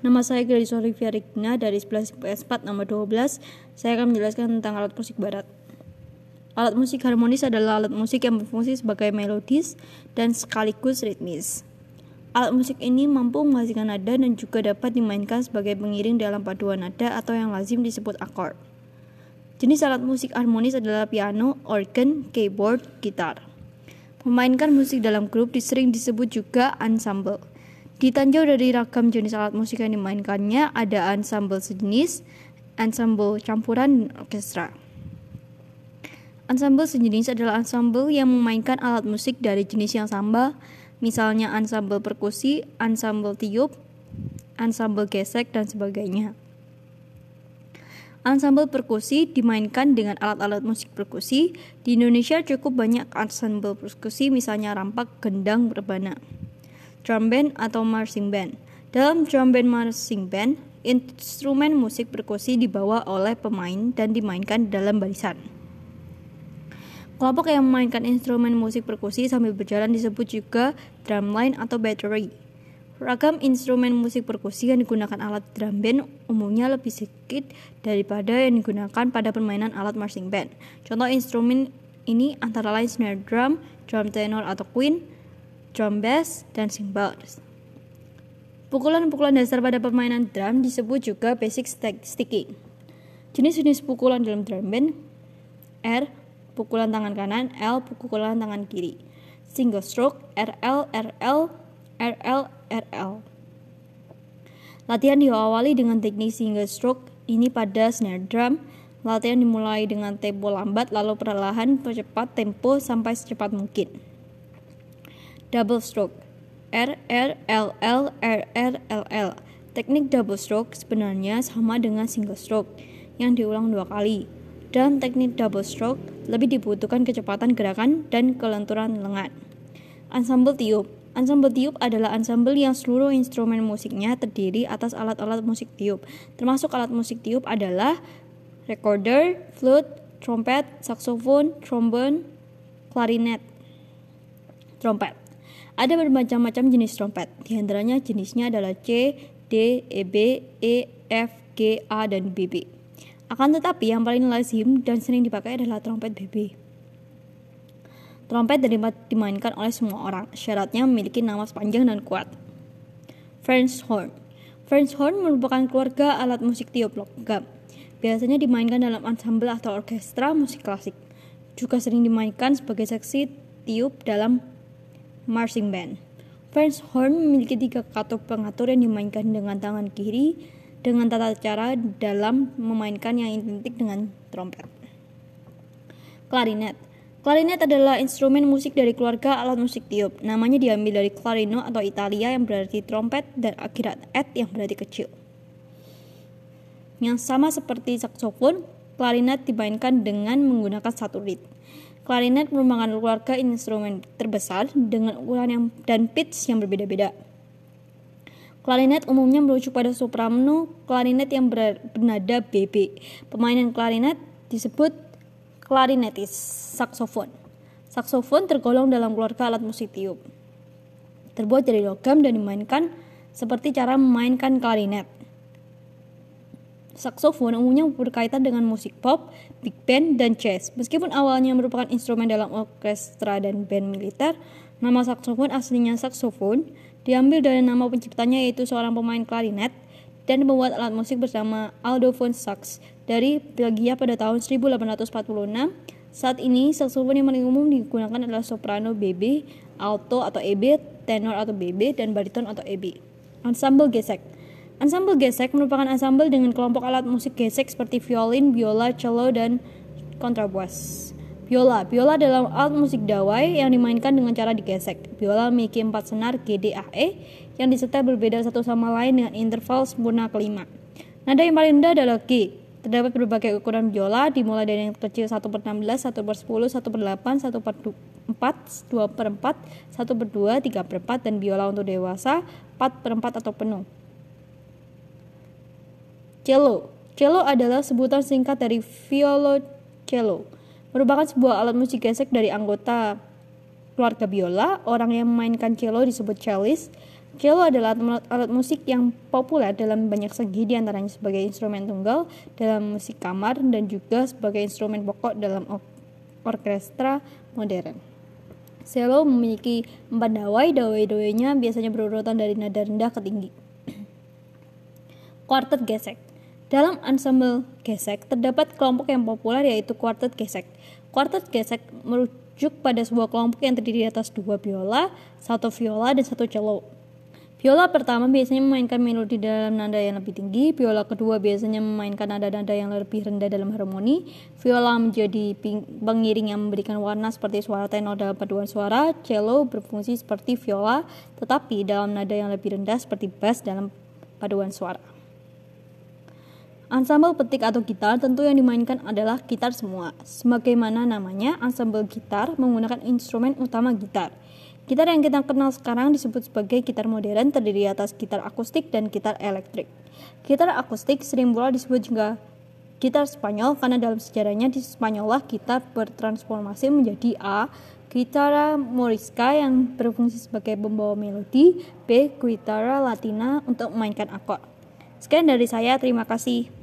Nama saya Gladys Olivia Regina dari 11 IPS 4 nomor 12. Saya akan menjelaskan tentang alat musik barat. Alat musik harmonis adalah alat musik yang berfungsi sebagai melodis dan sekaligus ritmis. Alat musik ini mampu menghasilkan nada dan juga dapat dimainkan sebagai pengiring dalam paduan nada atau yang lazim disebut akord. Jenis alat musik harmonis adalah piano, organ, keyboard, gitar. Memainkan musik dalam grup sering disebut juga ensemble. Ditinjau dari ragam jenis alat musik yang dimainkannya, ada ensemble sejenis, ensemble campuran, dan orkestra. Ensemble sejenis adalah ensemble yang memainkan alat musik dari jenis yang sama, misalnya ensemble perkusi, ensemble tiup, ensemble gesek, dan sebagainya. Ensemble perkusi dimainkan dengan alat-alat musik perkusi. Di Indonesia cukup banyak ensemble perkusi, misalnya rampak, gendang, rebana, drum band, atau marching band. Dalam drum band marching band, instrumen musik perkusi dibawa oleh pemain dan dimainkan dalam barisan. Kelompok yang memainkan instrumen musik perkusi sambil berjalan disebut juga drumline atau battery. Ragam instrumen musik perkusi yang digunakan alat drum band umumnya lebih sedikit daripada yang digunakan pada permainan alat marching band. Contoh instrumen ini antara lain snare drum, drum tenor atau queen, drum bass, dan cymbals. Pukulan-pukulan dasar pada permainan drum disebut juga basic sticking. Jenis-jenis pukulan dalam drum band: R, pukulan tangan kanan, L, pukulan tangan kiri. Single stroke, RL, RL, RL, RL. Latihan diawali dengan teknik single stroke ini pada snare drum. Latihan dimulai dengan tempo lambat lalu perlahan percepat tempo sampai secepat mungkin. Double stroke, R, R, L, L, R, R, L, L. Teknik double stroke sebenarnya sama dengan single stroke yang diulang 2 kali. Dalam teknik double stroke, lebih dibutuhkan kecepatan gerakan dan kelenturan lengan. Ensemble tiup. Ensemble tiup adalah ensemble yang seluruh instrumen musiknya terdiri atas alat-alat musik tiup. Termasuk alat musik tiup adalah recorder, flute, trompet, saksofon, trombone, klarinet, trompet. Ada bermacam-macam jenis trompet. Di antaranya jenisnya adalah C, D, E, B, E, F, G, A, dan BB. Akan tetapi yang paling lazim dan sering dipakai adalah trompet BB. Trompet dapat dimainkan oleh semua orang. Syaratnya memiliki nama panjang dan kuat. French horn. French horn merupakan keluarga alat musik tiup logam. Biasanya dimainkan dalam ensemble atau orkestra musik klasik. Juga sering dimainkan sebagai seksi tiup dalam marching band. French horn memiliki 3 katup pengatur yang dimainkan dengan tangan kiri dengan tata cara dalam memainkan yang identik dengan trompet. Klarinet. Klarinet adalah instrumen musik dari keluarga alat musik tiup. Namanya diambil dari clarino atau Italia yang berarti trompet dan akhirat et yang berarti kecil. Yang sama seperti saksofon, klarinet dimainkan dengan menggunakan 1 reed. Klarinet merupakan keluarga instrumen terbesar dengan ukuran dan pitch yang berbeda-beda. Klarinet umumnya merujuk pada soprano klarinet yang bernada BB. Pemainan klarinet disebut klarinetis. Saksofon. Saksofon tergolong dalam keluarga alat musik tiup. Terbuat dari logam dan dimainkan seperti cara memainkan klarinet. Saksofon umumnya berkaitan dengan musik pop, big band, dan jazz. Meskipun awalnya merupakan instrumen dalam orkestra dan band militer, nama saksofon aslinya saksofon diambil dari nama penciptanya yaitu seorang pemain klarinet dan pembuat alat musik bernama Aldo von Sachs dari Belgia pada tahun 1846. Saat ini saksofon yang paling umum digunakan adalah soprano BB, alto atau EB, tenor atau BB, dan bariton atau EB. Ensemble gesek. Ensemble gesek merupakan ensemble dengan kelompok alat musik gesek seperti violin, biola, cello, dan kontrabas. Biola adalah alat musik dawai yang dimainkan dengan cara digesek. Biola memiliki 4 senar G, D, A, E yang disetel berbeda satu sama lain dengan interval sempurna kelima. Nada yang paling rendah adalah G. Terdapat berbagai ukuran biola dimulai dari yang kecil 1/16, 1/10, 1/8, 1/4, 2/4, 1/2, 3/4 dan biola untuk dewasa 4/4 atau penuh. Cello adalah sebutan singkat dari violoncello. Merupakan sebuah alat musik gesek dari anggota keluarga biola. Orang yang memainkan cello disebut cellist. Cello adalah alat musik yang populer dalam banyak segi, diantaranya sebagai instrumen tunggal dalam musik kamar dan juga sebagai instrumen pokok dalam orkestra modern. Cello memiliki 4 dawai, dawai-dawainya biasanya berurutan dari nada rendah ke tinggi. Kuartet gesek. Dalam ensemble gesek terdapat kelompok yang populer yaitu kuartet gesek. Kuartet gesek merujuk pada sebuah kelompok yang terdiri atas 2 biola, 1 viola, dan 1 cello. Biola pertama biasanya memainkan melodi dalam nada yang lebih tinggi, biola kedua biasanya memainkan nada-nada yang lebih rendah dalam harmoni, viola menjadi pengiring yang memberikan warna seperti suara tenor dalam paduan suara, cello berfungsi seperti viola tetapi dalam nada yang lebih rendah seperti bass dalam paduan suara. Ensemble petik atau gitar tentu yang dimainkan adalah gitar semua. Sebagaimana namanya, ensemble gitar menggunakan instrumen utama gitar. Gitar yang kita kenal sekarang disebut sebagai gitar modern, terdiri atas gitar akustik dan gitar elektrik. Gitar akustik sering pula disebut juga gitar Spanyol karena dalam sejarahnya di Spanyol lah gitar bertransformasi menjadi A. Gitara morisca yang berfungsi sebagai pembawa melodi, B. Gitara latina untuk memainkan akord. Sekian dari saya, terima kasih.